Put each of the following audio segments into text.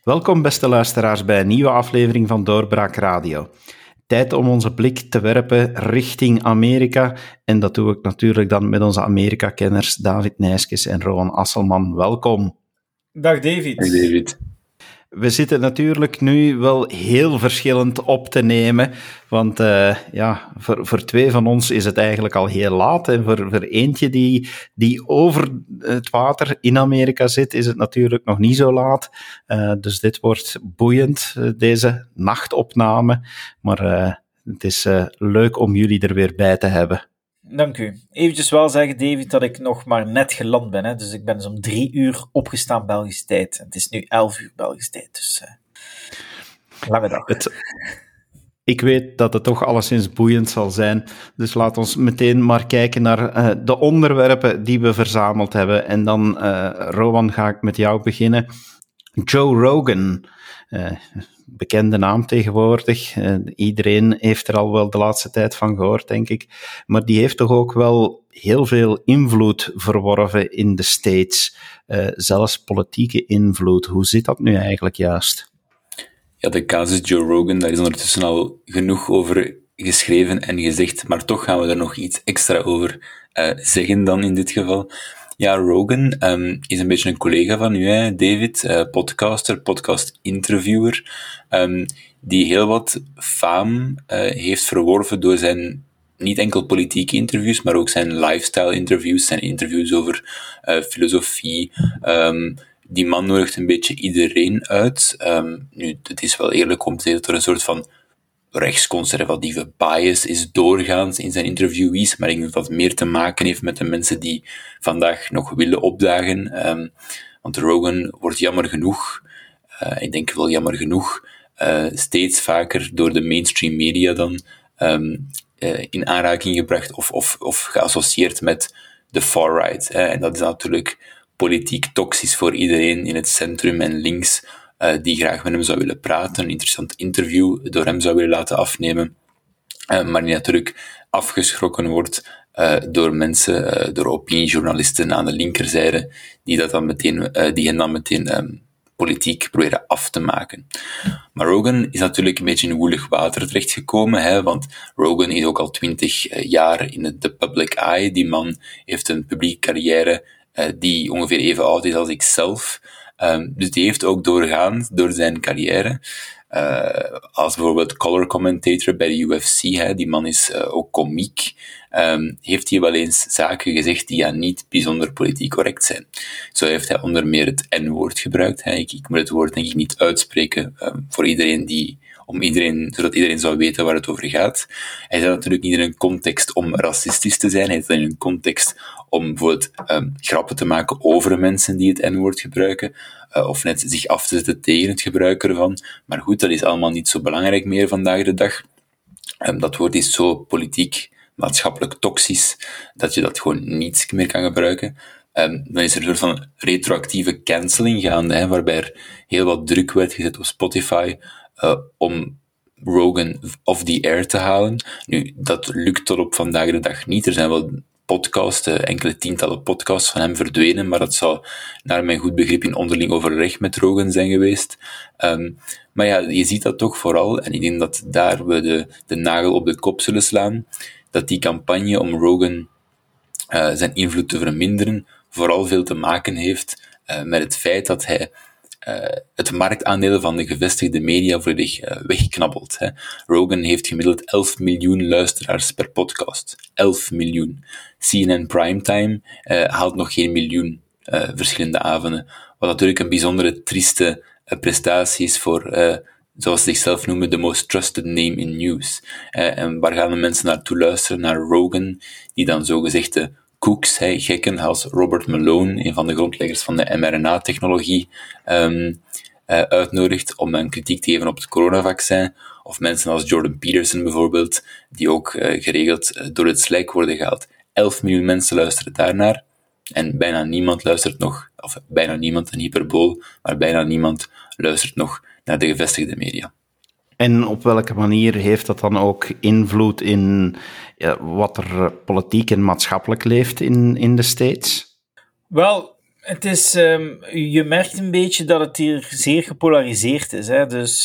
Welkom beste luisteraars bij een nieuwe aflevering van Doorbraak Radio. Tijd om onze blik te werpen richting Amerika en dat doe ik natuurlijk dan met onze Amerika-kenners David Nijskes en Rowan Asselman. Welkom. Dag David. Dag David. We zitten natuurlijk nu wel heel verschillend op te nemen, want voor twee van ons is het eigenlijk al heel laat en voor eentje die over het water in Amerika zit, is het natuurlijk nog niet zo laat. Dus dit wordt boeiend, deze nachtopname, maar het is leuk om jullie er weer bij te hebben. Dank u. Eventjes wel zeggen, David, dat ik nog maar net geland ben. Hè? Dus ik ben dus om 3 uur opgestaan Belgische tijd. Het is nu 11 uur Belgische tijd, dus lange dag. Ik weet dat het toch alleszins boeiend zal zijn, dus laat ons meteen maar kijken naar de onderwerpen die we verzameld hebben. En dan, Rowan, ga ik met jou beginnen. Joe Rogan, bekende naam tegenwoordig. Iedereen heeft er al wel de laatste tijd van gehoord, denk ik. Maar die heeft toch ook wel heel veel invloed verworven in de States. Zelfs politieke invloed. Hoe zit dat nu eigenlijk juist? Ja, de casus Joe Rogan, daar is ondertussen al genoeg over geschreven en gezegd, maar toch gaan we er nog iets extra over zeggen dan in dit geval. Ja, Rogan is een beetje een collega van u, hè, David, podcaster, podcast-interviewer, die heel wat faam heeft verworven door zijn niet enkel politieke interviews, maar ook zijn lifestyle-interviews, zijn interviews over filosofie. Die man nodigt een beetje iedereen uit. Nu, het is wel eerlijk om te zeggen dat er een soort van rechtsconservatieve bias is doorgaans in zijn interviewees, maar ik denk dat dat meer te maken heeft met de mensen die vandaag nog willen opdagen. Want Rogan wordt jammer genoeg, ik denk wel jammer genoeg, steeds vaker door de mainstream media dan in aanraking gebracht of geassocieerd met de far-right. En dat is natuurlijk politiek toxisch voor iedereen in het centrum en links die graag met hem zou willen praten, een interessant interview door hem zou willen laten afnemen, maar die natuurlijk afgeschrokken wordt door mensen, door opiniejournalisten aan de linkerzijde, die hen dan meteen politiek proberen af te maken. Maar Rogan is natuurlijk een beetje in woelig water terechtgekomen, hè, want Rogan is ook al 20 jaar in de public eye. Die man heeft een publieke carrière die ongeveer even oud is als ikzelf. Dus die heeft ook doorgaan door zijn carrière. Als bijvoorbeeld color commentator bij de UFC, hè, die man is ook komiek, heeft hij wel eens zaken gezegd die niet bijzonder politiek correct zijn. Zo heeft hij onder meer het N-woord gebruikt. Hè. Ik moet het woord denk ik niet uitspreken voor iedereen zodat iedereen zou weten waar het over gaat. Hij zit natuurlijk niet in een context om racistisch te zijn, hij zit in een context om bijvoorbeeld grappen te maken over mensen die het N-woord gebruiken, of net zich af te zetten tegen het gebruik ervan. Maar goed, dat is allemaal niet zo belangrijk meer vandaag de dag. Dat woord is zo politiek, maatschappelijk toxisch, dat je dat gewoon niet meer kan gebruiken. Dan is er een soort van retroactieve cancelling gaande, hè, waarbij er heel wat druk werd gezet op Spotify om Rogan off the air te halen. Nu, dat lukt tot op vandaag de dag niet. Er zijn wel podcasts, enkele tientallen podcasts van hem verdwenen, maar dat zou naar mijn goed begrip in onderling overleg met Rogan zijn geweest. Maar ja, je ziet dat toch vooral, en ik denk dat daar we de nagel op de kop zullen slaan, dat die campagne om Rogan zijn invloed te verminderen vooral veel te maken heeft met het feit dat hij het marktaandeel van de gevestigde media volledig wegknabbelt. Hè. Rogan heeft gemiddeld 11 miljoen luisteraars per podcast. 11 miljoen. CNN Primetime haalt nog geen miljoen verschillende avonden. Wat natuurlijk een bijzondere trieste prestatie is voor, zoals ze zichzelf noemen, the most trusted name in news. En waar gaan de mensen naartoe luisteren? Naar Rogan, die dan zogezegde koeks, gekken als Robert Malone, een van de grondleggers van de mRNA-technologie, uitnodigt om een kritiek te geven op het coronavaccin, of mensen als Jordan Peterson bijvoorbeeld, die ook geregeld door het slijk worden gehaald. 11 miljoen mensen luisteren daarnaar, en bijna niemand luistert nog, of bijna niemand, een hyperbool, maar bijna niemand luistert nog naar de gevestigde media. En op welke manier heeft dat dan ook invloed in wat er politiek en maatschappelijk leeft in de States? Wel, Het is, je merkt een beetje dat het hier zeer gepolariseerd is. Hè? Dus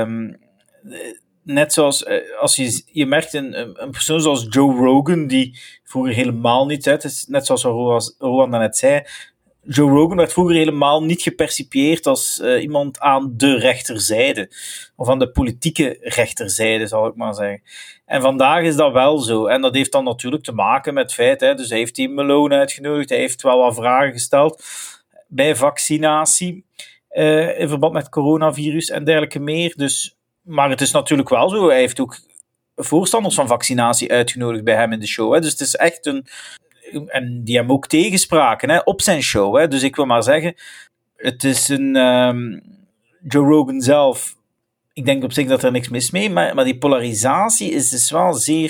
net zoals, als je merkt een persoon zoals Joe Rogan, die vroeger helemaal niet, het is net zoals Rowan daarnet zei, Joe Rogan werd vroeger helemaal niet gepercipieerd als iemand aan de rechterzijde. Of aan de politieke rechterzijde, zal ik maar zeggen. En vandaag is dat wel zo. En dat heeft dan natuurlijk te maken met het feit, dus hij heeft die Malone uitgenodigd, hij heeft wel wat vragen gesteld bij vaccinatie, in verband met coronavirus en dergelijke meer. Dus, maar het is natuurlijk wel zo, hij heeft ook voorstanders van vaccinatie uitgenodigd bij hem in de show. Dus het is echt en die hem ook tegenspraken op zijn show. Dus ik wil maar zeggen, het is Joe Rogan zelf, ik denk op zich dat er niks mis mee, maar die polarisatie is dus wel zeer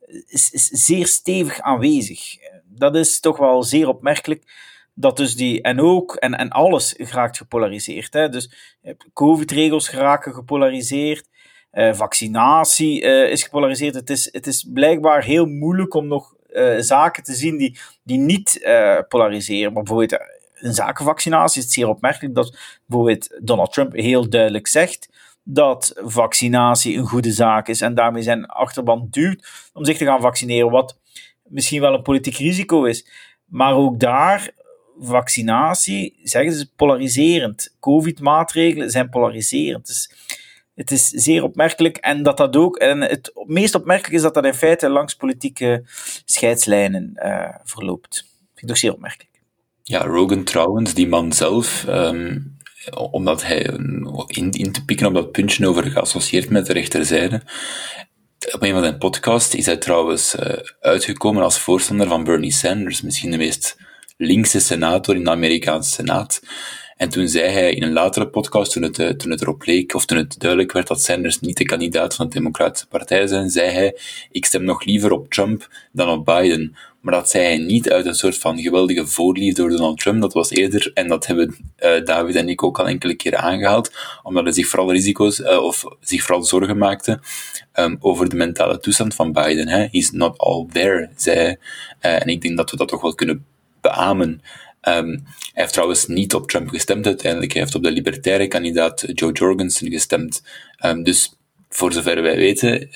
stevig aanwezig. Dat is toch wel zeer opmerkelijk, dat dus en alles geraakt gepolariseerd. Dus COVID-regels geraken gepolariseerd, vaccinatie is gepolariseerd. Het is blijkbaar heel moeilijk om nog zaken te zien die niet polariseren. Maar bijvoorbeeld in zaken vaccinatie is het zeer opmerkelijk dat bijvoorbeeld Donald Trump heel duidelijk zegt dat vaccinatie een goede zaak is en daarmee zijn achterban duwt om zich te gaan vaccineren, wat misschien wel een politiek risico is. Maar ook daar, vaccinatie, zeggen ze, polariserend. COVID-maatregelen zijn polariserend. Dus het is zeer opmerkelijk en het meest opmerkelijk is dat in feite langs politieke scheidslijnen verloopt. Vind ik toch zeer opmerkelijk. Ja, Rogan trouwens, die man zelf, omdat hij in te pikken op dat puntje over geassocieerd met de rechterzijde, op een van zijn podcasts is hij trouwens uitgekomen als voorstander van Bernie Sanders, misschien de meest linkse senator in de Amerikaanse Senaat. En toen zei hij in een latere podcast, toen het erop leek, of toen het duidelijk werd dat Sanders niet de kandidaat van de Democratische Partij zijn, zei hij, ik stem nog liever op Trump dan op Biden. Maar dat zei hij niet uit een soort van geweldige voorliefde door Donald Trump. Dat was eerder, en dat hebben David en ik ook al enkele keren aangehaald, omdat hij zich vooral zich vooral zorgen maakte over de mentale toestand van Biden. He's not all there, zei hij. En ik denk dat we dat toch wel kunnen beamen. Hij heeft trouwens niet op Trump gestemd uiteindelijk. Hij heeft op de libertaire kandidaat Joe Jorgensen gestemd. Dus voor zover wij weten,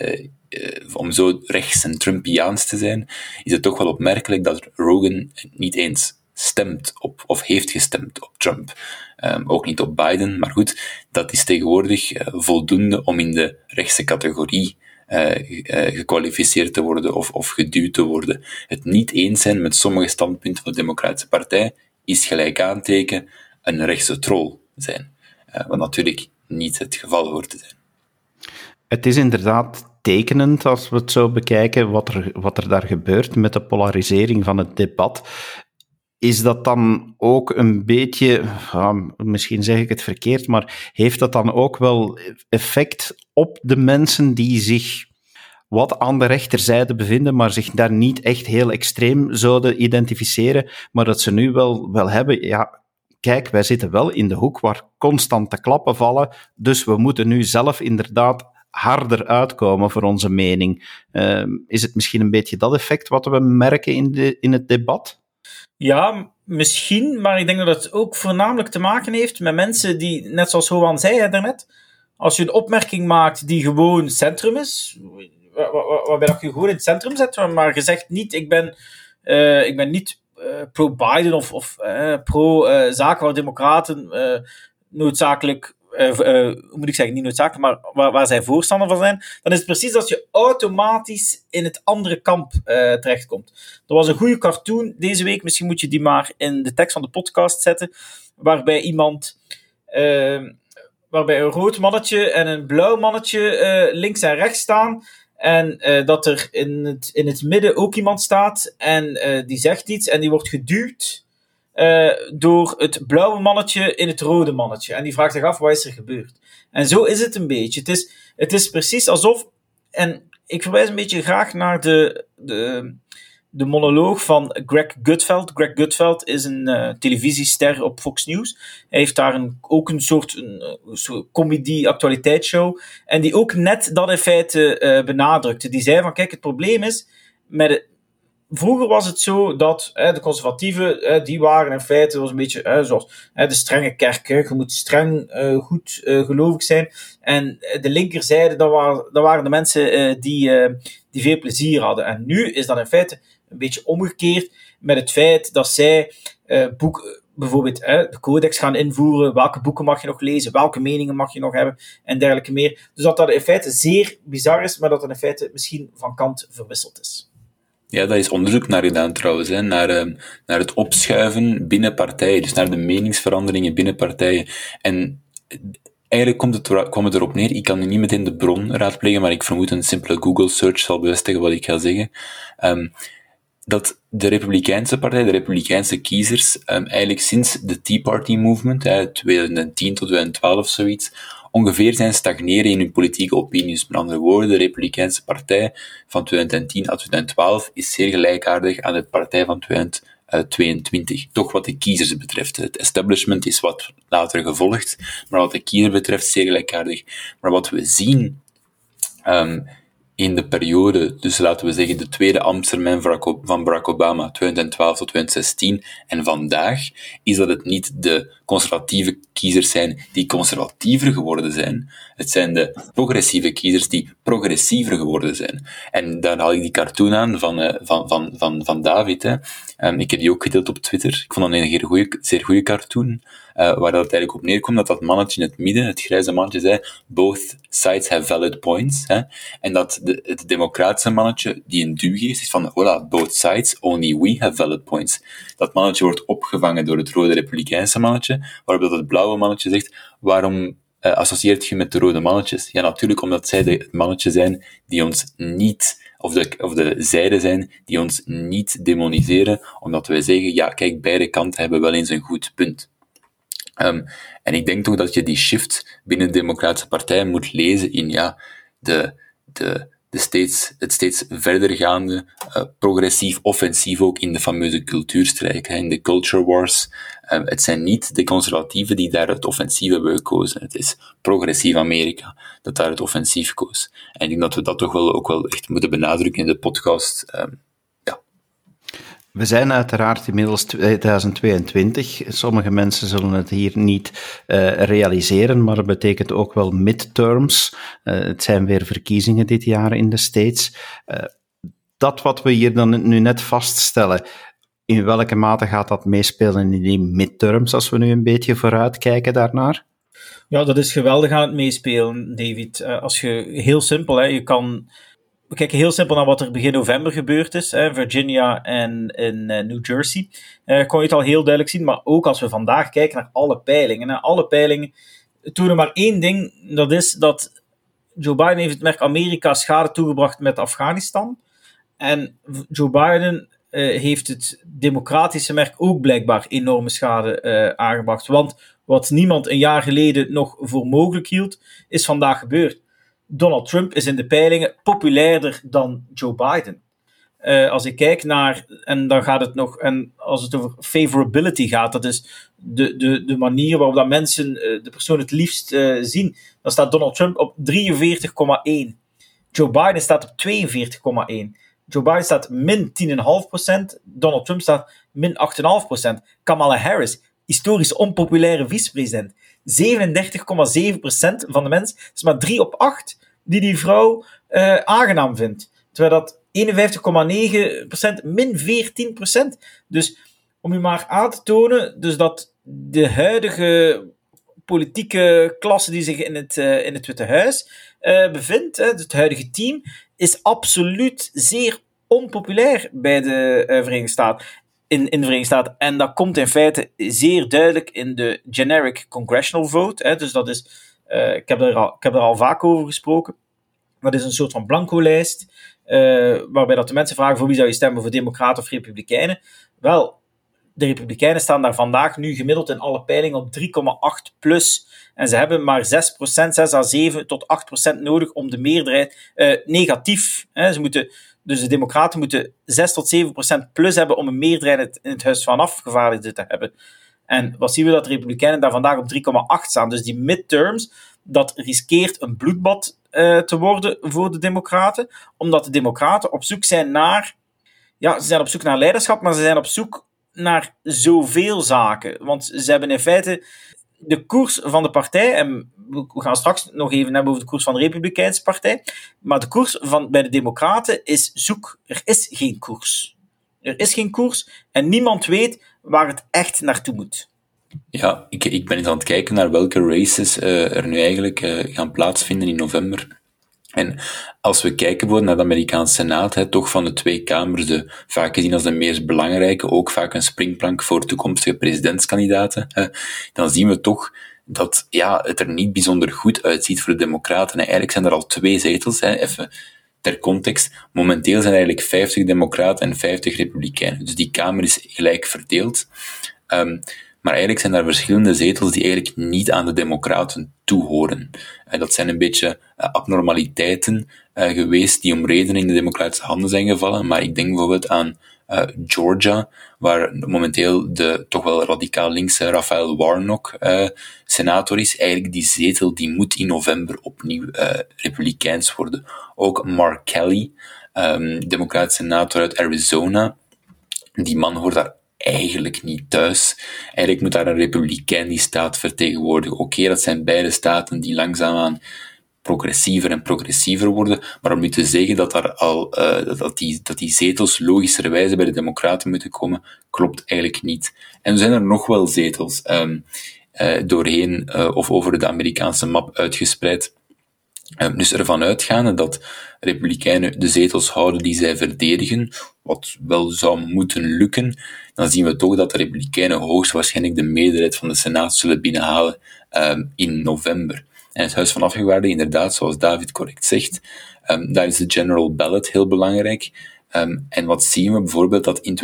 om zo rechts en Trumpiaans te zijn, is het toch wel opmerkelijk dat Rogan niet eens stemt op, of heeft gestemd op Trump. Ook niet op Biden, maar goed, dat is tegenwoordig voldoende om in de rechtse categorie gekwalificeerd te worden of geduwd te worden. Het niet eens zijn met sommige standpunten van de Democratische Partij is gelijk aanteken een rechtse troll zijn. Wat natuurlijk niet het geval hoort te zijn. Het is inderdaad tekenend, als we het zo bekijken, wat er daar gebeurt met de polarisering van het debat. Is dat dan ook een beetje, misschien zeg ik het verkeerd, maar heeft dat dan ook wel effect op de mensen die zich wat aan de rechterzijde bevinden, maar zich daar niet echt heel extreem zouden identificeren, maar dat ze nu wel hebben, ja, kijk, wij zitten wel in de hoek waar constant de klappen vallen, dus we moeten nu zelf inderdaad harder uitkomen voor onze mening. Is het misschien een beetje dat effect wat we merken in het debat? Ja, misschien, maar ik denk dat het ook voornamelijk te maken heeft met mensen die, net zoals Rowan zei daarnet, als je een opmerking maakt die gewoon centrum is, waarbij dat je gewoon in het centrum zet, maar je zegt niet, ik ben niet pro-Biden of pro-zaken waar democraten noodzakelijk, hoe moet ik zeggen, niet noodzakelijk, maar waar zij voorstander van zijn, dan is het precies dat je automatisch in het andere kamp terechtkomt. Er was een goede cartoon deze week, misschien moet je die maar in de tekst van de podcast zetten, waarbij waarbij een rood mannetje en een blauw mannetje links en rechts staan, en dat er in het midden ook iemand staat, en die zegt iets, en die wordt geduwd door het blauwe mannetje in het rode mannetje. En die vraagt zich af, wat is er gebeurd? En zo is het een beetje. Het is precies alsof, en ik verwijs een beetje graag naar de monoloog van Greg Gutfeld. Greg Gutfeld is een televisiester op Fox News. Hij heeft daar ook een soort comedy-actualiteitsshow. En die ook net dat in feite benadrukte. Die zei van, kijk, het probleem is vroeger was het zo dat de conservatieven, die waren in feite, dat was een beetje zoals de strenge kerk. Je moet streng goed gelovig zijn. En de linkerzijde, dat waren de mensen die veel plezier hadden. En nu is dat in feite een beetje omgekeerd met het feit dat zij bijvoorbeeld de codex gaan invoeren, welke boeken mag je nog lezen, welke meningen mag je nog hebben en dergelijke meer. Dus dat in feite zeer bizar is, maar dat in feite misschien van kant verwisseld is. Ja, daar is onderzoek naar gedaan trouwens, naar het opschuiven binnen partijen, dus naar de meningsveranderingen binnen partijen. En eigenlijk kwam het erop neer, ik kan nu niet meteen de bron raadplegen, maar ik vermoed een simpele Google search zal bevestigen wat ik ga zeggen, dat de Republikeinse partij, de Republikeinse kiezers, eigenlijk sinds de Tea Party Movement, 2010 tot 2012 zoiets, ongeveer zijn stagneren in hun politieke opinies. Met andere woorden, de Republikeinse partij van 2010 tot 2012 is zeer gelijkaardig aan de partij van 2022. Toch wat de kiezers betreft. Het establishment is wat later gevolgd, maar wat de kiezer betreft zeer gelijkaardig. Maar wat we zien in de periode, dus laten we zeggen de tweede ambtstermijn van Barack Obama, 2012 tot 2016, en vandaag, is dat het niet de conservatieve kiezers zijn die conservatiever geworden zijn. Het zijn de progressieve kiezers die progressiever geworden zijn. En daar haal ik die cartoon aan van David. Ik heb die ook gedeeld op Twitter. Ik vond dat een zeer goede cartoon, waar dat eigenlijk op neerkomt dat mannetje in het midden, het grijze mannetje, zei, both sides have valid points. En dat het democratische mannetje, die een duw geeft, is van, voilà, both sides, only we have valid points. Dat mannetje wordt opgevangen door het rode republikeinse mannetje, waarop dat het blauwe mannetje zegt, waarom associeert je met de rode mannetjes? Ja, natuurlijk omdat zij het mannetje zijn die ons niet, of de zijde zijn die ons niet demoniseren, omdat wij zeggen, ja, kijk, beide kanten hebben wel eens een goed punt. En ik denk toch dat je die shift binnen de Democratische Partij moet lezen in het steeds verdergaande, progressief offensief ook in de fameuze cultuurstrijd, in de culture wars. Het zijn niet de conservatieven die daar het offensief hebben gekozen. Het is progressief Amerika dat daar het offensief koos. En ik denk dat we dat toch ook wel echt moeten benadrukken in de podcast. We zijn uiteraard inmiddels 2022. Sommige mensen zullen het hier niet realiseren, maar het betekent ook wel midterms. Het zijn weer verkiezingen dit jaar in de States. Dat wat we hier dan nu net vaststellen, in welke mate gaat dat meespelen in die midterms, als we nu een beetje vooruitkijken daarnaar? Ja, dat is geweldig aan het meespelen, David. Als je heel simpel, we kijken heel simpel naar wat er begin november gebeurd is, Virginia en in New Jersey. Kon je het al heel duidelijk zien, maar ook als we vandaag kijken naar alle peilingen. Alle peilingen tonen maar één ding, dat is dat Joe Biden heeft het merk Amerika schade toegebracht met Afghanistan. En Joe Biden heeft het democratische merk ook blijkbaar enorme schade aangebracht. Want wat niemand een jaar geleden nog voor mogelijk hield, is vandaag gebeurd. Donald Trump is in de peilingen populairder dan Joe Biden. Als ik kijk naar, en dan gaat het nog, en als het over favorability gaat, dat is de manier waarop dat mensen de persoon het liefst zien, dan staat Donald Trump op 43,1. Joe Biden staat op 42,1. Joe Biden staat min 10,5%, Donald Trump staat min 8,5%. Kamala Harris, historisch onpopulaire vicepresident, 37,7% van de mensen, is maar 3 op 8 die vrouw aangenaam vindt. Terwijl dat 51,9% min 14%. Dus om u maar aan te tonen, dus dat de huidige politieke klasse die zich in het Witte Huis bevindt, het huidige team, is absoluut zeer onpopulair bij de Verenigde Staten. In de Verenigde Staten. En dat komt in feite zeer duidelijk in de generic congressional vote. Dus dat is, ik heb er al vaak over gesproken. Dat is een soort van blanco-lijst, waarbij dat de mensen vragen voor wie zou je stemmen, voor Democraten of Republikeinen. Wel, de Republikeinen staan daar vandaag nu gemiddeld in alle peilingen op 3,8 plus. En ze hebben maar 6%, 6 à 7 tot 8% nodig om de meerderheid negatief. Dus de Democraten moeten 6 tot 7% plus hebben om een meerderheid in het Huis van Afgevaardigden te hebben. En wat zien we dat de Republikeinen daar vandaag op 3,8 staan. Dus die midterms, dat riskeert een bloedbad te worden voor de Democraten, omdat de Democraten op zoek zijn naar ze zijn op zoek naar leiderschap, maar ze zijn op zoek naar zoveel zaken. Want ze hebben in feite de koers van de partij, en we gaan straks nog even hebben over de koers van de Republikeinse partij, maar de koers bij de Democraten is zoek. Er is geen koers. Er is geen koers en niemand weet waar het echt naartoe moet. Ja, ik ben eens aan het kijken naar welke races er nu eigenlijk gaan plaatsvinden in november. En als we kijken bijvoorbeeld naar de Amerikaanse Senaat, toch van de 2 kamers vaak gezien als de meest belangrijke, ook vaak een springplank voor toekomstige presidentskandidaten, dan zien we toch dat het er niet bijzonder goed uitziet voor de Democraten. En eigenlijk zijn er al 2 zetels, even ter context. Momenteel zijn er eigenlijk 50 Democraten en 50 Republikeinen. Dus die kamer is gelijk verdeeld. Maar eigenlijk zijn er verschillende zetels die eigenlijk niet aan de Democraten toehoren. Dat zijn een beetje abnormaliteiten geweest die om redenen in de democratische handen zijn gevallen. Maar ik denk bijvoorbeeld aan Georgia, waar momenteel de toch wel radicaal linkse Raphael Warnock senator is. Eigenlijk die zetel die moet in november opnieuw republikeins worden. Ook Mark Kelly, democratische senator uit Arizona. Die man hoort daar eigenlijk niet thuis. Eigenlijk moet daar een republikein die staat vertegenwoordigen. Oké, dat zijn beide staten die langzaamaan progressiever worden, maar om nu te zeggen dat dat die zetels logischerwijze bij de Democraten moeten komen, klopt eigenlijk niet. En er zijn er nog wel zetels doorheen of over de Amerikaanse map uitgespreid. Dus ervan uitgaande dat Republikeinen de zetels houden die zij verdedigen, wat wel zou moeten lukken, dan zien we toch dat de Republikeinen hoogstwaarschijnlijk de meerderheid van de Senaat zullen binnenhalen in november. En het Huis van Afgevaardigden, inderdaad, zoals David correct zegt, daar is de general ballot heel belangrijk. En wat zien we bijvoorbeeld dat in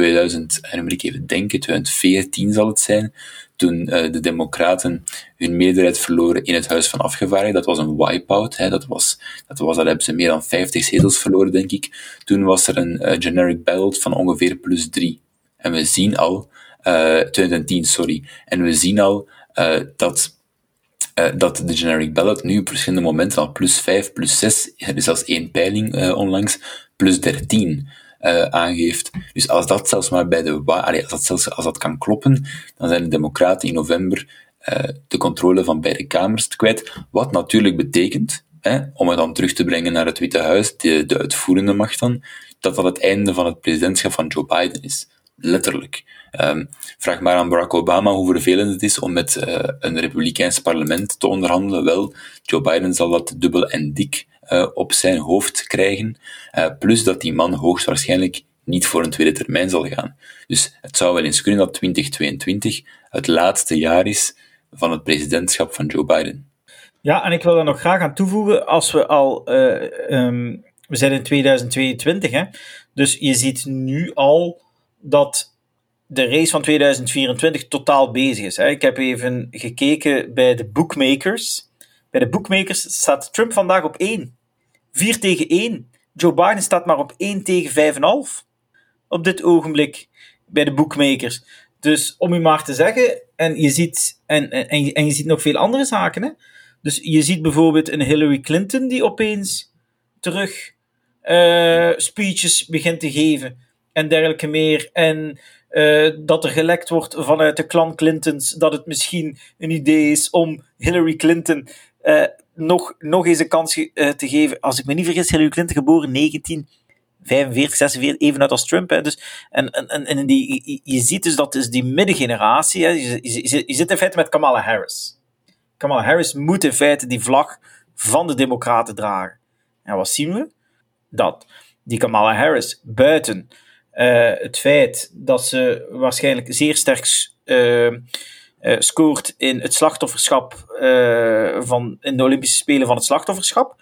2014 zal het zijn, toen de Democraten hun meerderheid verloren in het Huis van Afgevaardigden. Dat was een wipeout. Dat hebben ze meer dan 50 zetels verloren, denk ik. Toen was er een generic ballot van ongeveer +3. En we zien al, 2010, sorry. En we zien al dat de generic ballot nu op verschillende momenten al +5, +6, er is zelfs 1 peiling onlangs, +13 aangeeft. Dus als dat zelfs maar als dat kan kloppen, dan zijn de Democraten in november de controle van beide kamers kwijt. Wat natuurlijk betekent, om het dan terug te brengen naar het Witte Huis, de uitvoerende macht dan, dat het einde van het presidentschap van Joe Biden is. Letterlijk. Vraag maar aan Barack Obama hoe vervelend het is om met een republikeins parlement te onderhandelen. Wel, Joe Biden zal dat dubbel en dik op zijn hoofd krijgen. Plus dat die man hoogstwaarschijnlijk niet voor een tweede termijn zal gaan. Dus het zou wel eens kunnen dat 2022 het laatste jaar is van het presidentschap van Joe Biden. Ja, en ik wil daar nog graag aan toevoegen, als we al... we zijn in 2022, hè. Dus je ziet nu al dat de race van 2024 totaal bezig is. Hè. Ik heb even gekeken bij de bookmakers. Bij de bookmakers staat Trump vandaag op 1. 4 tegen 1. Joe Biden staat maar op 1 tegen 5,5. Op dit ogenblik bij de bookmakers. Dus om u maar te zeggen, en je ziet nog veel andere zaken. Hè. Dus je ziet bijvoorbeeld een Hillary Clinton die opeens terug speeches begint te geven en dergelijke meer. En dat er gelekt wordt vanuit de clan Clintons dat het misschien een idee is om Hillary Clinton nog eens een kans te geven. Als ik me niet vergis, Hillary Clinton geboren 1945, 46, even uit als Trump. Hè. Dus, en je ziet dus dat is die middengeneratie. Hè. Je zit in feite met Kamala Harris. Kamala Harris moet in feite die vlag van de Democraten dragen. En wat zien we? Dat die Kamala Harris buiten het feit dat ze waarschijnlijk zeer sterk scoort in het slachtofferschap in de Olympische Spelen van het slachtofferschap,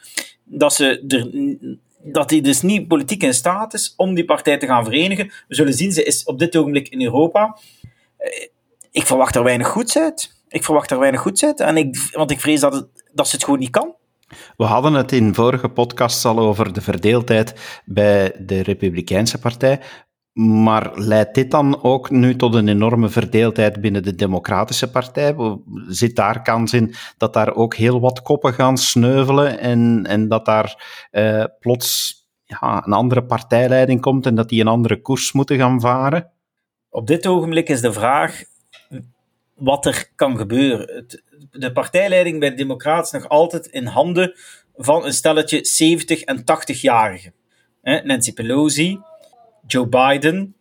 dat hij dus niet politiek in staat is om die partij te gaan verenigen. We zullen zien, ze is op dit ogenblik in Europa. Ik verwacht er weinig goeds uit. Want ik vrees dat ze het gewoon niet kan. We hadden het in vorige podcasts al over de verdeeldheid bij de Republikeinse partij. Maar leidt dit dan ook nu tot een enorme verdeeldheid binnen de Democratische partij? Zit daar kans in dat daar ook heel wat koppen gaan sneuvelen en dat daar plots een andere partijleiding komt en dat die een andere koers moeten gaan varen? Op dit ogenblik is de vraag wat er kan gebeuren. De partijleiding bij de Democraten is nog altijd in handen van een stelletje 70- en 80-jarigen. Nancy Pelosi, Joe Biden,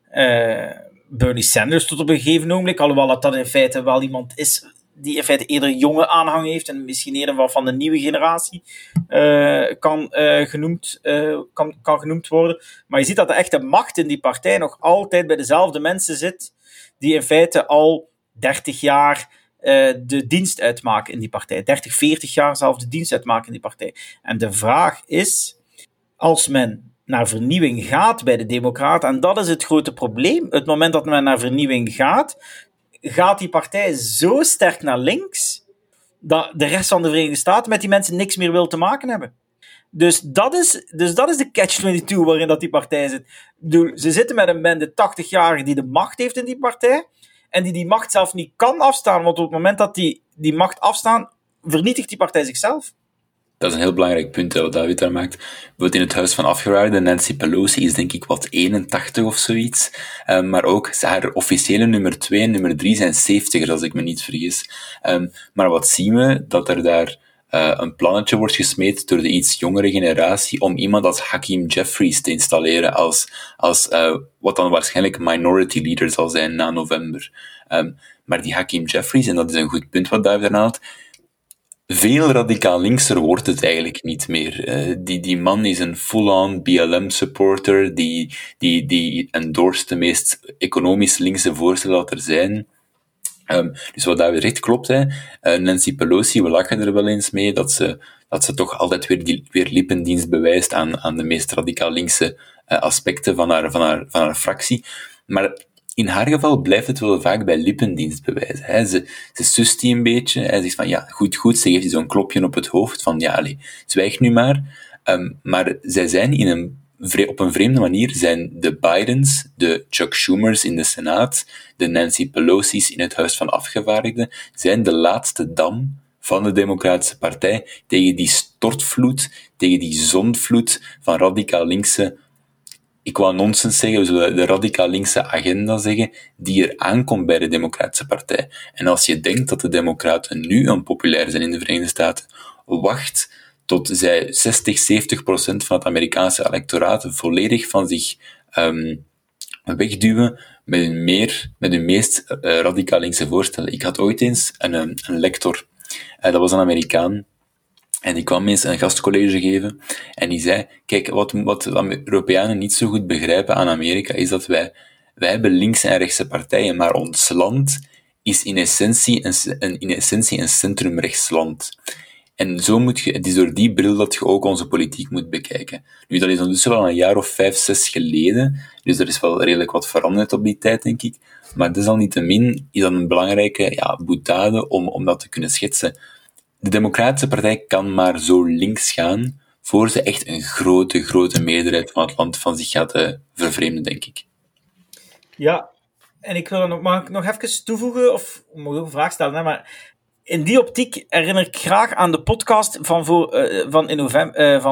Bernie Sanders tot op een gegeven ogenblik, alhoewel dat in feite wel iemand is die in feite eerder jonge aanhang heeft en misschien eerder van de nieuwe generatie kan genoemd worden. Maar je ziet dat de echte macht in die partij nog altijd bij dezelfde mensen zit, die in feite al 30 jaar de dienst uitmaken in die partij. 30, 40 jaar zelf de dienst uitmaken in die partij. En de vraag is, als men naar vernieuwing gaat bij de Democraten, en dat is het grote probleem, het moment dat men naar vernieuwing gaat die partij zo sterk naar links, dat de rest van de Verenigde Staten met die mensen niks meer wil te maken hebben. Dus dat is de catch-22 waarin dat die partij zit. Ze zitten met een bende 80-jarigen die de macht heeft in die partij, en die macht zelf niet kan afstaan, want op het moment dat die macht afstaan, vernietigt die partij zichzelf. Dat is een heel belangrijk punt wat David daar maakt. Bijvoorbeeld in het Huis van Afgevaardigden, Nancy Pelosi is denk ik 81 of zoiets. Maar ook haar officiële nummer 2 en nummer 3 zijn 70, als ik me niet vergis. Maar wat zien we? Dat er daar een plannetje wordt gesmeed door de iets jongere generatie om iemand als Hakeem Jeffries te installeren als wat dan waarschijnlijk minority leader zal zijn na november. Maar die Hakeem Jeffries, en dat is een goed punt wat David herhaalt, veel radicaal linkser wordt het eigenlijk niet meer. Die man is een full-on BLM-supporter, die endorst de meest economisch linkse voorstellen dat er zijn. Dus wat David zegt klopt, hè. Nancy Pelosi, we lachen er wel eens mee dat ze toch altijd weer lippendienst bewijst aan de meest radicaal linkse aspecten van haar fractie. Maar in haar geval blijft het wel vaak bij lippendienst bewijzen. Hè. Ze sust die een beetje. Hij zegt van, ja, goed. Ze geeft die zo'n klopje op het hoofd van, ja, zwijg nu maar. Maar zij zijn op een vreemde manier zijn de Bidens, de Chuck Schumers in de Senaat, de Nancy Pelosi's in het Huis van Afgevaardigden, zijn de laatste dam van de Democratische Partij tegen die stortvloed, tegen die zondvloed van radicaal linkse, ik wou nonsens zeggen, we zullen de radicaal linkse agenda zeggen, die er aankomt bij de Democratische Partij. En als je denkt dat de Democraten nu onpopulair zijn in de Verenigde Staten, wacht tot zij 60-70% van het Amerikaanse electoraat volledig van zich wegduwen met hun meest radicaal linkse voorstellen. Ik had ooit eens een lector, dat was een Amerikaan, en die kwam eens een gastcollege geven, en die zei, kijk, wat Europeanen niet zo goed begrijpen aan Amerika, is dat wij hebben linkse en rechtse partijen, maar ons land is in essentie een centrumrechtsland. En het is door die bril dat je ook onze politiek moet bekijken. Nu, dat is ondertussen wel een jaar of 5, 6 geleden, dus er is wel redelijk wat veranderd op die tijd, denk ik. Maar desalniettemin is dat een belangrijke boutade om dat te kunnen schetsen. De Democratische Partij kan maar zo links gaan, voor ze echt een grote meerderheid van het land van zich gaat vervreemden, denk ik. Ja, en ik wil mag ik nog even toevoegen, of moet ik ook een vraag stellen, hè, maar in die optiek herinner ik graag aan de podcast van in november,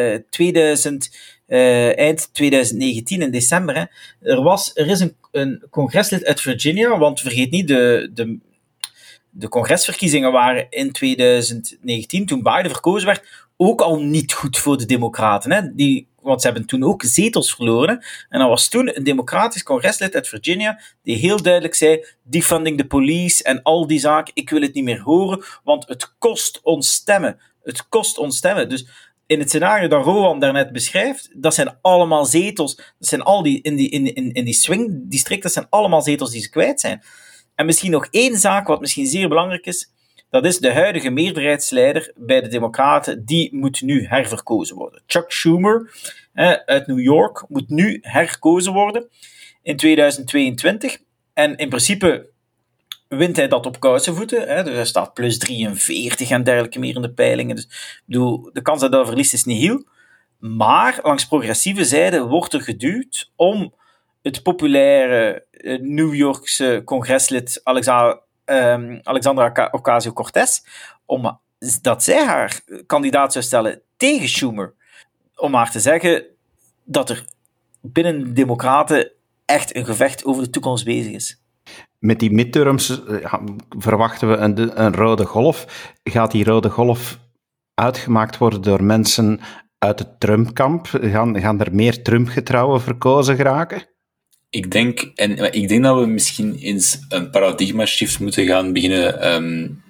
eind 2019, in december. Hè. Er is een congreslid uit Virginia, want vergeet niet, de congresverkiezingen waren in 2019, toen Biden verkozen werd, ook al niet goed voor de Democraten. Hè. Want ze hebben toen ook zetels verloren. En er was toen een democratisch congreslid uit Virginia die heel duidelijk zei, defunding the police en al die zaken, ik wil het niet meer horen, want het kost ons stemmen. Het kost ons stemmen. Dus in het scenario dat Rowan daarnet beschrijft, dat zijn allemaal zetels, dat zijn al die in die swing-districten, dat zijn allemaal zetels die ze kwijt zijn. En misschien nog één zaak, wat misschien zeer belangrijk is, dat is de huidige meerderheidsleider bij de Democraten, die moet nu herverkozen worden. Chuck Schumer uit New York moet nu herkozen worden in 2022. En in principe wint hij dat op kousenvoeten. Dus hij staat plus 43 en dergelijke meer in de peilingen. Dus de kans dat hij verliest is nihil. Maar langs progressieve zijde wordt er geduwd om het populaire New Yorkse congreslid Alexandra Ocasio-Cortez, dat zij haar kandidaat zou stellen tegen Schumer om maar te zeggen dat er binnen de Democraten echt een gevecht over de toekomst bezig is. Met die midterms verwachten we een rode golf. Gaat die rode golf uitgemaakt worden door mensen uit het Trump-kamp? Gaan er meer Trump-getrouwen verkozen geraken? Ik denk dat we misschien eens een paradigma-shift moeten gaan beginnen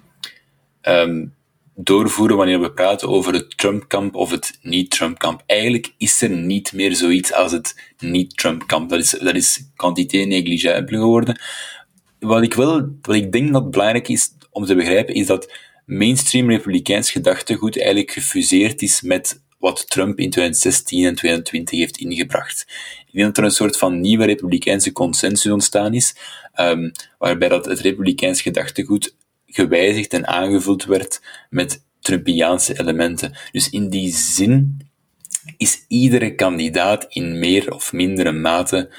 doorvoeren wanneer we praten over het Trump-kamp of het niet-Trump-kamp. Eigenlijk is er niet meer zoiets als het niet-Trump-kamp. Dat is quantité négligeable geworden. Wat ik denk dat belangrijk is om te begrijpen, is dat mainstream republikeins gedachtegoed eigenlijk gefuseerd is met wat Trump in 2016 en 2020 heeft ingebracht. Ik denk dat er een soort van nieuwe republikeinse consensus ontstaan is, waarbij dat het republikeins gedachtegoed gewijzigd en aangevuld werd met Trumpiaanse elementen. Dus in die zin is iedere kandidaat in meer of mindere mate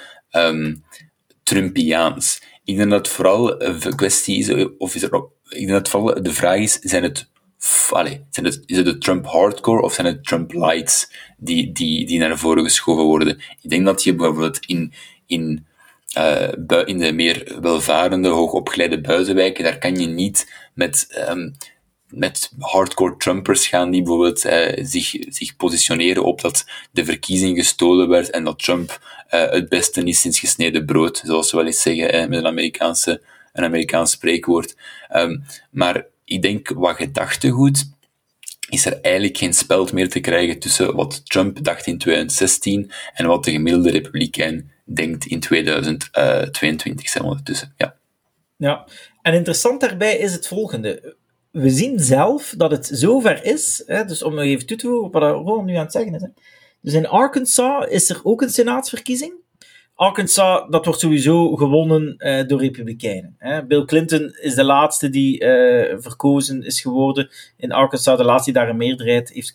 Trumpiaans. Ik denk dat het vooral een kwestie is, ik denk dat vooral de vraag is, is het de Trump hardcore of zijn het Trump lights die naar voren geschoven worden? Ik denk dat je bijvoorbeeld in de meer welvarende, hoogopgeleide buitenwijken, daar kan je niet met hardcore Trumpers gaan die bijvoorbeeld zich positioneren op dat de verkiezing gestolen werd en dat Trump het beste is sinds gesneden brood, zoals ze wel eens zeggen met een Amerikaans spreekwoord. Maar ik denk, wat gedachtegoed, is er eigenlijk geen speld meer te krijgen tussen wat Trump dacht in 2016 en wat de gemiddelde republikein denkt in 2022, zijn we ondertussen. Ja, en interessant daarbij is het volgende. We zien zelf dat het zover is, dus om nog even toe te voegen op wat Roland nu aan het zeggen is. Dus in Arkansas is er ook een senaatsverkiezing. Arkansas, dat wordt sowieso gewonnen door republikeinen. Bill Clinton is de laatste die verkozen is geworden in Arkansas, de laatste die daar een meerderheid heeft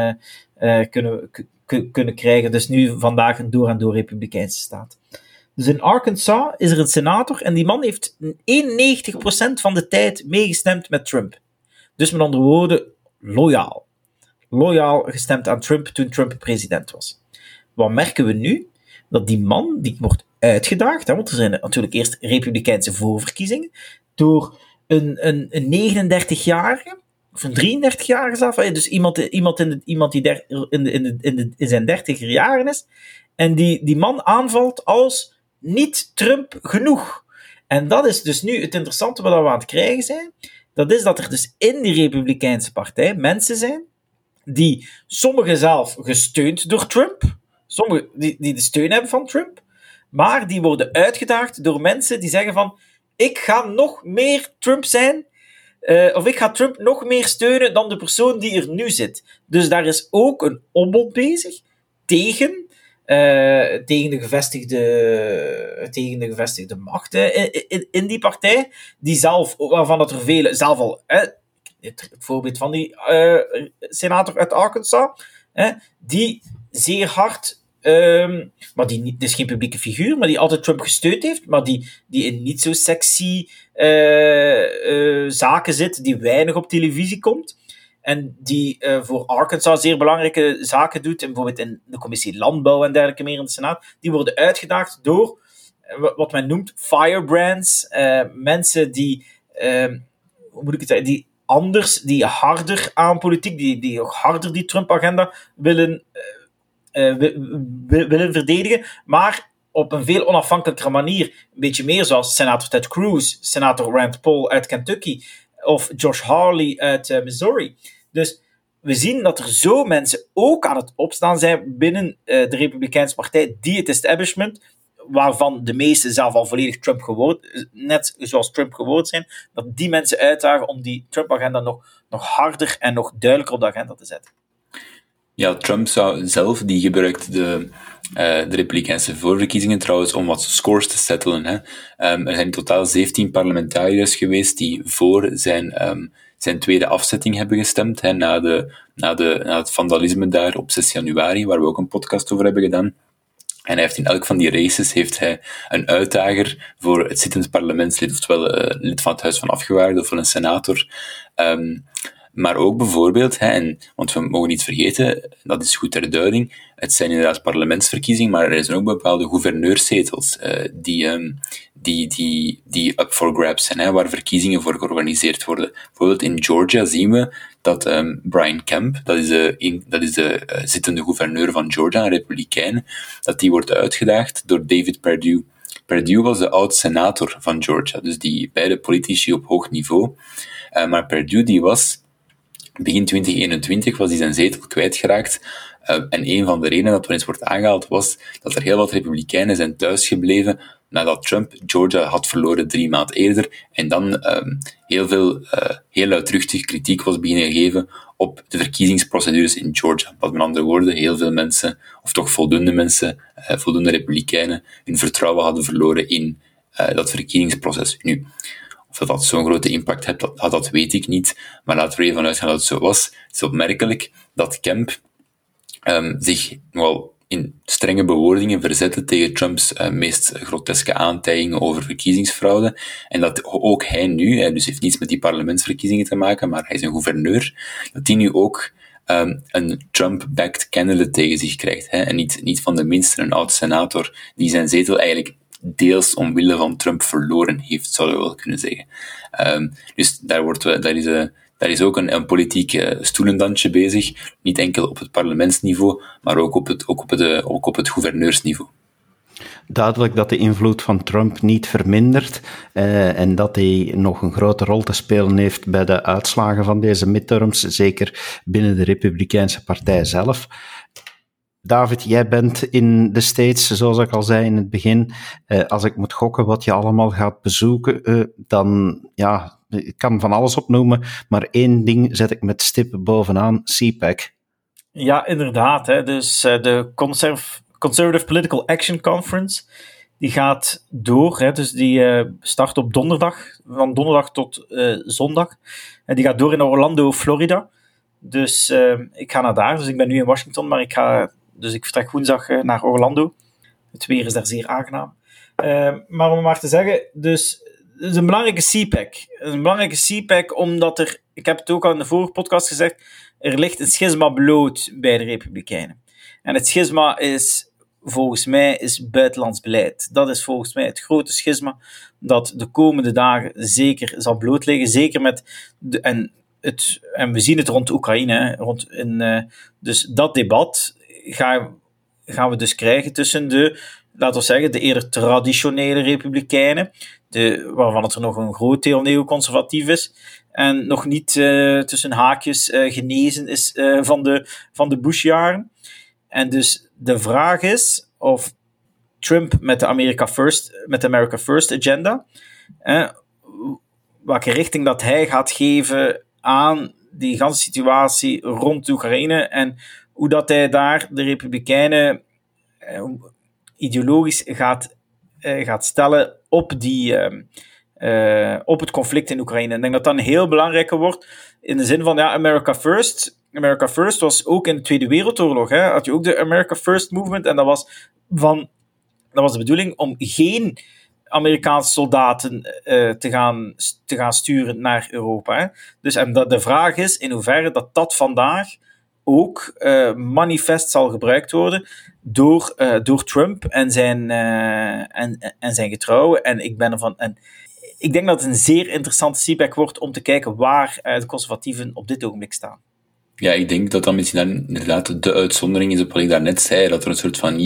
kunnen krijgen. Dus nu vandaag een door en door republikeinse staat. Dus in Arkansas is er een senator en die man heeft 91% van de tijd meegestemd met Trump. Dus met andere woorden, loyaal. Loyaal gestemd aan Trump toen Trump president was. Wat merken we nu? Dat die man, die wordt uitgedaagd, want er zijn natuurlijk eerst republikeinse voorverkiezingen, door een 39-jarige, of een 33-jarige zelf, dus iemand die in zijn 30er jaren is, en die man aanvalt als niet Trump genoeg. En dat is dus nu het interessante wat we aan het krijgen zijn, dat is dat er dus in die Republikeinse partij mensen zijn, die sommigen zelf gesteund door Trump, sommigen die de steun hebben van Trump, maar die worden uitgedaagd door mensen die zeggen van, ik ga nog meer Trump zijn, of ik ga Trump nog meer steunen dan de persoon die er nu zit. Dus daar is ook een opbod bezig tegen de gevestigde macht in die partij, die zelf, waarvan dat er velen zelf al, het voorbeeld van die senator uit Arkansas, die zeer hard, maar die niet, dus geen publieke figuur, maar die altijd Trump gesteund heeft, maar die in niet zo sexy zaken zit, die weinig op televisie komt, en die voor Arkansas zeer belangrijke zaken doet, en bijvoorbeeld in de commissie Landbouw en dergelijke meer in de Senaat, die worden uitgedaagd door wat men noemt firebrands, mensen die, hoe moet ik het zeggen, die harder aan politiek, die ook harder die Trump-agenda willen verdedigen, maar op een veel onafhankelijkere manier, een beetje meer zoals senator Ted Cruz, senator Rand Paul uit Kentucky, of Josh Hawley uit Missouri. Dus we zien dat er zo mensen ook aan het opstaan zijn binnen de Republikeinse Partij, die het establishment, waarvan de meesten zelf al volledig Trump geworden, net zoals Trump geworden zijn, dat die mensen uitdagen om die Trump-agenda nog harder en nog duidelijker op de agenda te zetten. Ja, Trump zelf, die gebruikt de Republikeinse voorverkiezingen trouwens om wat scores te settelen. Hè. Er zijn in totaal 17 parlementariërs geweest die voor zijn tweede afzetting hebben gestemd, hè, na het vandalisme daar op 6 januari, waar we ook een podcast over hebben gedaan. En hij heeft in elk van die races een uitdager voor het zittend parlementslid, oftewel lid van het Huis van Afgevaardigden, ofwel een senator, Maar ook bijvoorbeeld, want we mogen niet vergeten, dat is goed ter duiding, het zijn inderdaad parlementsverkiezingen, maar er zijn ook bepaalde gouverneurszetels die up for grabs zijn, waar verkiezingen voor georganiseerd worden. Bijvoorbeeld in Georgia zien we dat Brian Kemp, dat is de zittende gouverneur van Georgia, een republikein, dat die wordt uitgedaagd door David Perdue. Perdue was de oud-senator van Georgia, dus die beide politici op hoog niveau. Maar Perdue, die was begin 2021 was hij zijn zetel kwijtgeraakt. En een van de redenen dat er eens wordt aangehaald was dat er heel wat republikeinen zijn thuisgebleven nadat Trump Georgia had verloren 3 maanden eerder en dan heel luidruchtig kritiek was beginnen geven op de verkiezingsprocedures in Georgia. Wat met andere woorden, heel veel mensen, of toch voldoende republikeinen, hun vertrouwen hadden verloren in dat verkiezingsproces. Nu, of dat zo'n grote impact had, dat weet ik niet. Maar laten we er even vanuit gaan dat het zo was. Het is opmerkelijk dat Kemp zich nogal in strenge bewoordingen verzette tegen Trumps meest groteske aantijgingen over verkiezingsfraude. En dat ook hij nu, hij dus heeft niets met die parlementsverkiezingen te maken, maar hij is een gouverneur, dat hij nu ook een Trump-backed candidate tegen zich krijgt. En niet van de minste een oud-senator die zijn zetel eigenlijk deels omwille van Trump verloren heeft, zouden we wel kunnen zeggen. Dus daar is ook een politiek stoelendansje bezig, niet enkel op het parlementsniveau, maar ook op het gouverneursniveau. Duidelijk dat de invloed van Trump niet vermindert en dat hij nog een grote rol te spelen heeft bij de uitslagen van deze midterms, zeker binnen de Republikeinse partij zelf. David, jij bent in de States, zoals ik al zei in het begin. Als ik moet gokken wat je allemaal gaat bezoeken, dan, ja, ik kan van alles opnoemen, maar 1 ding zet ik met stip bovenaan, CPAC. Ja, inderdaad. Dus de Conservative Political Action Conference, die gaat door. Dus die start op donderdag, van donderdag tot zondag. En die gaat door in Orlando, Florida. Dus ik ga naar daar. Dus ik ben nu in Washington, maar ik vertrek woensdag naar Orlando. Het weer is daar zeer aangenaam. Maar om maar te zeggen, dus het is een belangrijke CPAC. Het is een belangrijke CPAC omdat ik heb het ook al in de vorige podcast gezegd, er ligt een schisma bloot bij de Republikeinen. En het schisma is volgens mij buitenlands beleid. Dat is volgens mij het grote schisma dat de komende dagen zeker zal bloot liggen. Zeker met en we zien het rond Oekraïne. Dus dat debat gaan we dus krijgen tussen laten we zeggen, de eerder traditionele republikeinen, waarvan het er nog een groot deel neoconservatief is, en nog niet tussen haakjes genezen is van de Bush-jaren. En dus de vraag is of Trump met de America First agenda, welke richting dat hij gaat geven aan die ganse situatie rond Oekraïne en hoe dat hij daar de Republikeinen ideologisch gaat stellen op het conflict in Oekraïne. Ik denk dat dat een heel belangrijke wordt in de zin van America First. America First was ook in de Tweede Wereldoorlog. Had je ook de America First movement en dat was de bedoeling om geen Amerikaanse soldaten te gaan sturen naar Europa. Dus en de vraag is in hoeverre dat vandaag ook manifest zal gebruikt worden door Trump en zijn getrouwen. En ik ben ervan. En ik denk dat het een zeer interessante CPAC wordt om te kijken waar de conservatieven op dit ogenblik staan. Ja, ik denk dat misschien dan inderdaad de uitzondering is op wat ik daarnet zei, dat er een soort van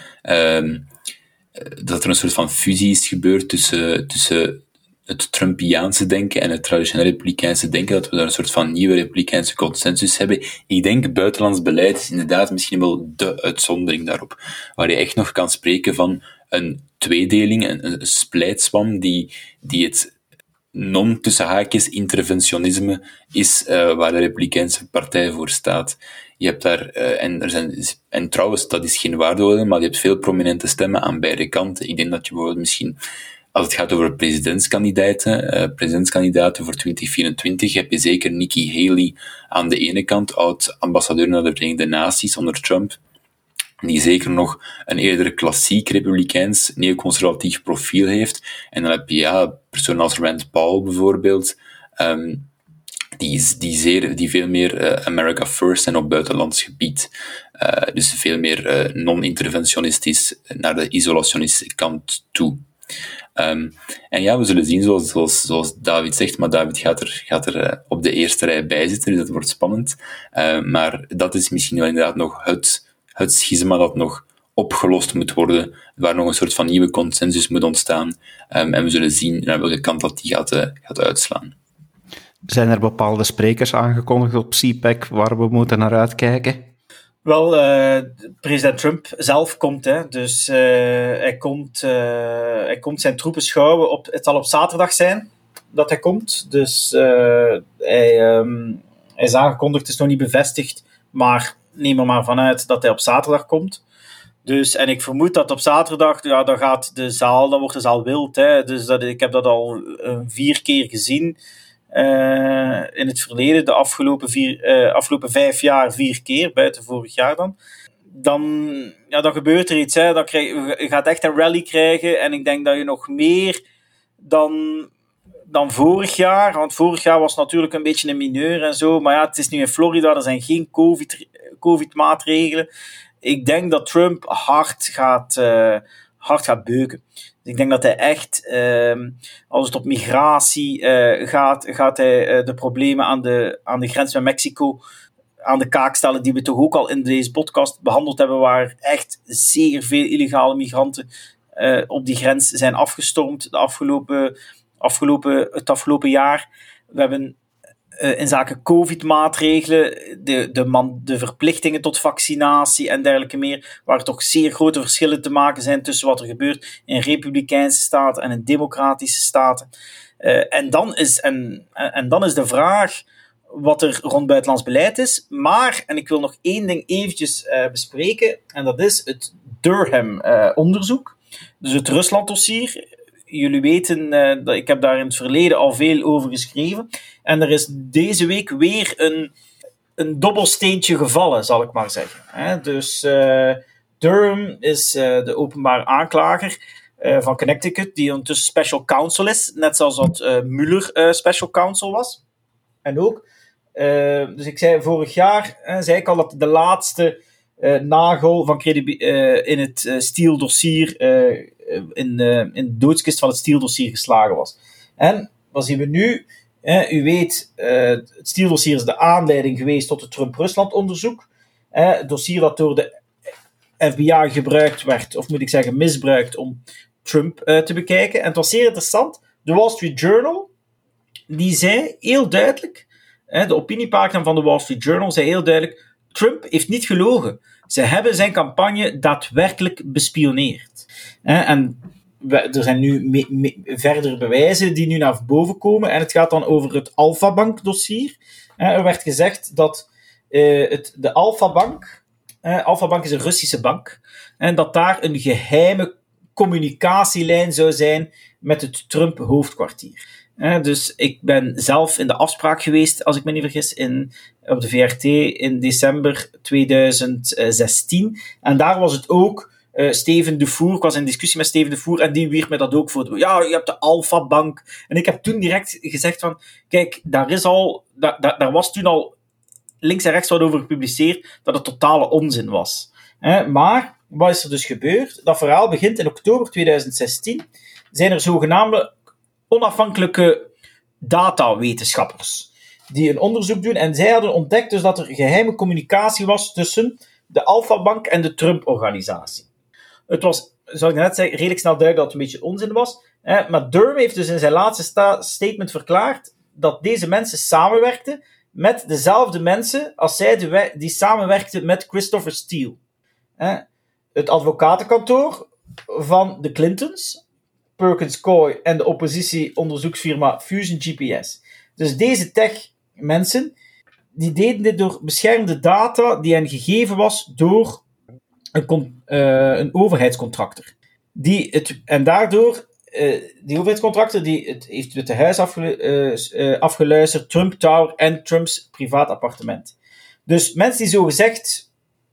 dat er een soort van fusie is gebeurd tussen het Trumpiaanse denken en het traditionele republikeinse denken, dat we daar een soort van nieuwe republikeinse consensus hebben. Ik denk buitenlands beleid is inderdaad misschien wel de uitzondering daarop, waar je echt nog kan spreken van een tweedeling, een splijtswam die het tussen haakjes interventionisme is waar de Republikeinse Partij voor staat. Je hebt daar, en trouwens, dat is geen waardeoordeel, maar je hebt veel prominente stemmen aan beide kanten. Ik denk dat je bijvoorbeeld misschien, als het gaat over presidentskandidaten voor 2024, heb je zeker Nikki Haley aan de ene kant, oud-ambassadeur naar de Verenigde Naties onder Trump, die zeker nog een eerder klassiek republikeins, neoconservatief profiel heeft. En dan heb je personen als Rand Paul bijvoorbeeld, die veel meer America First zijn op buitenlands gebied. Dus veel meer non-interventionistisch naar de isolationistische kant toe. En ja, we zullen zien, zoals David zegt, maar David gaat er op de eerste rij bij zitten, dus dat wordt spannend. Maar dat is misschien wel inderdaad nog het schisma dat nog opgelost moet worden, waar nog een soort van nieuwe consensus moet ontstaan. En we zullen zien naar welke kant dat die gaat uitslaan. Zijn er bepaalde sprekers aangekondigd op CPAC waar we moeten naar uitkijken? Wel, president Trump zelf komt, hè. Dus hij komt zijn troepen schouwen. Het zal op zaterdag zijn dat hij komt. Dus hij is aangekondigd, het is nog niet bevestigd, maar neem er maar vanuit dat hij op zaterdag komt. Dus, en ik vermoed dat op zaterdag, ja, dan wordt de zaal wild, hè. Dus ik heb dat al 4 keer gezien. In het verleden, de afgelopen 5 jaar 4 keer, buiten vorig jaar dan gebeurt er iets. Hè. Je gaat echt een rally krijgen en ik denk dat je nog meer dan vorig jaar, want vorig jaar was natuurlijk een beetje een mineur en zo, maar ja, het is nu in Florida, er zijn geen COVID-maatregelen. Ik denk dat Trump hard gaat beuken. Ik denk dat hij echt, als het op migratie gaat hij de problemen aan de grens met Mexico aan de kaak stellen, die we toch ook al in deze podcast behandeld hebben, waar echt zeer veel illegale migranten op die grens zijn afgestormd het afgelopen jaar. We hebben in zaken COVID-maatregelen, de verplichtingen tot vaccinatie en dergelijke meer, waar toch zeer grote verschillen te maken zijn tussen wat er gebeurt in republikeinse staten en in democratische staten. En dan is de vraag wat er rond buitenlands beleid is. Maar, en ik wil nog 1 ding eventjes bespreken, en dat is het Durham-onderzoek. Dus het Rusland-dossier. Jullie weten dat ik heb daar in het verleden al veel over geschreven. En er is deze week weer een dobbelsteentje gevallen, zal ik maar zeggen. Dus Durham is de openbare aanklager van Connecticut, die ondertussen special counsel is, net zoals dat Mueller special counsel was. En ook, dus ik zei vorig jaar, zei ik al dat de laatste nagel van in het Steele-dossier, in de doodskist van het Steele-dossier geslagen was. En wat zien we nu? U weet, het Steele-dossier is de aanleiding geweest tot het Trump-Rusland-onderzoek. Het dossier dat door de FBI gebruikt werd, of moet ik zeggen misbruikt, om Trump te bekijken. En het was zeer interessant. De Wall Street Journal, die zei heel duidelijk, de opiniepagina van de Wall Street Journal zei heel duidelijk, Trump heeft niet gelogen. Ze hebben zijn campagne daadwerkelijk bespioneerd. En er zijn nu verdere bewijzen die nu naar boven komen. En het gaat dan over het Alfa-Bank-dossier. Er werd gezegd dat de Alfa-Bank... Alfa-Bank is een Russische bank. En dat daar een geheime communicatielijn zou zijn met het Trump-hoofdkwartier. Dus ik ben zelf in de afspraak geweest, als ik me niet vergis, op de VRT in december 2016. En daar was het ook Steven Dufour. Ik was in discussie met Steven Dufour en die wierp mij dat ook voor. Ja, je hebt de Alfa-Bank. En ik heb toen direct gezegd van, kijk, daar was toen al links en rechts wat over gepubliceerd, dat het totale onzin was. Maar, wat is er dus gebeurd? Dat verhaal begint in oktober 2016. Zijn er zogenaamde onafhankelijke datawetenschappers die een onderzoek doen en zij hadden ontdekt dus dat er geheime communicatie was tussen de Alfa-Bank en de Trump-organisatie. Het was, zoals ik net zei, redelijk snel duidelijk dat het een beetje onzin was, maar Durham heeft dus in zijn laatste statement verklaard dat deze mensen samenwerkten met dezelfde mensen als zij die samenwerkten met Christopher Steele. Het advocatenkantoor van de Clintons, Perkins Coie en de oppositieonderzoeksfirma Fusion GPS. Dus deze tech-mensen, die deden dit door beschermde data die hen gegeven was door een overheidscontractor. En daardoor, die overheidscontractor heeft met de huis afgeluisterd, Trump Tower en Trumps privaat appartement. Dus mensen die zogezegd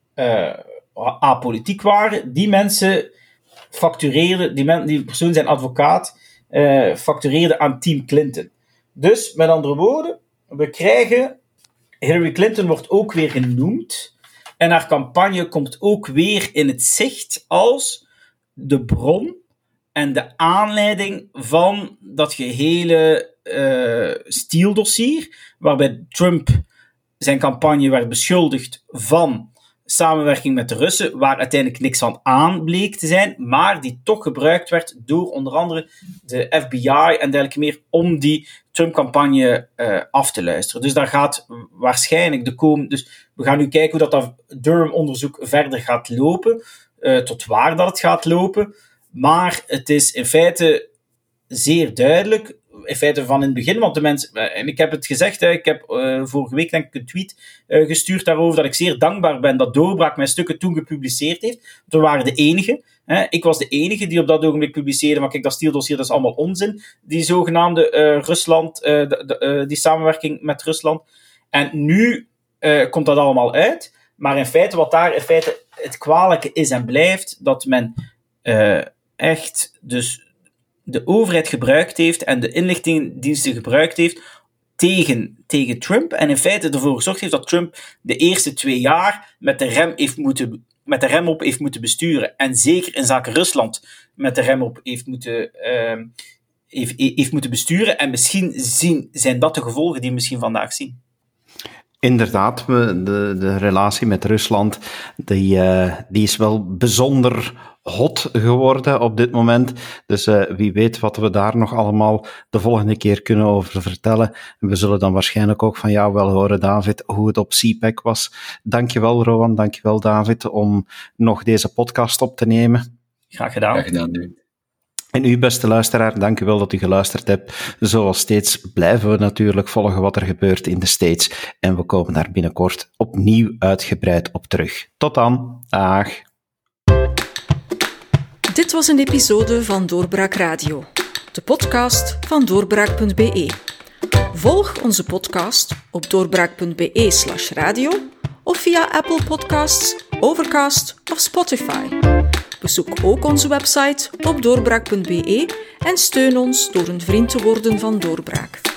apolitiek waren, die mensen factureerden, die persoon zijn advocaat, factureerde aan Team Clinton. Dus, met andere woorden, we krijgen... Hillary Clinton wordt ook weer genoemd. En haar campagne komt ook weer in het zicht als de bron en de aanleiding van dat gehele Steele-dossier, waarbij Trump zijn campagne werd beschuldigd van samenwerking met de Russen, waar uiteindelijk niks van aan bleek te zijn, maar die toch gebruikt werd door onder andere de FBI en dergelijke meer om die Trump-campagne af te luisteren. Dus daar gaat waarschijnlijk de komende... Dus we gaan nu kijken hoe dat Durham-onderzoek verder gaat lopen, tot waar dat het gaat lopen, maar het is in feite zeer duidelijk, in feite van in het begin, want de mensen, en ik heb het gezegd, ik heb vorige week denk ik een tweet gestuurd daarover, dat ik zeer dankbaar ben dat Doorbraak mijn stukken toen gepubliceerd heeft. Want we waren de enige. Ik was de enige die op dat ogenblik publiceerde, maar kijk, dat Steele-dossier, dat is allemaal onzin. Die zogenaamde Rusland, die samenwerking met Rusland. En nu komt dat allemaal uit, maar in feite, wat daar in feite het kwalijke is en blijft, dat men echt dus de overheid gebruikt heeft en de inlichtingendiensten gebruikt heeft tegen Trump en in feite ervoor gezorgd heeft dat Trump de eerste 2 jaar met de rem op heeft moeten besturen. En zeker in zaken Rusland met de rem op heeft moeten besturen. En misschien zijn dat de gevolgen die we misschien vandaag zien. Inderdaad, de relatie met Rusland, die is wel bijzonder hot geworden op dit moment. Dus wie weet wat we daar nog allemaal de volgende keer kunnen over vertellen. En we zullen dan waarschijnlijk ook van jou wel horen, David, hoe het op CPAC was. Dankjewel, Rowan. Dankjewel, David, om nog deze podcast op te nemen. Graag gedaan. Graag gedaan, David. En u, beste luisteraar, dank u wel dat u geluisterd hebt. Zoals steeds blijven we natuurlijk volgen wat er gebeurt in de States. En we komen daar binnenkort opnieuw uitgebreid op terug. Tot dan. Dag. Dit was een episode van Doorbraak Radio, de podcast van doorbraak.be. Volg onze podcast op doorbraak.be/radio of via Apple Podcasts, Overcast of Spotify. Bezoek ook onze website op doorbraak.be en steun ons door een vriend te worden van Doorbraak.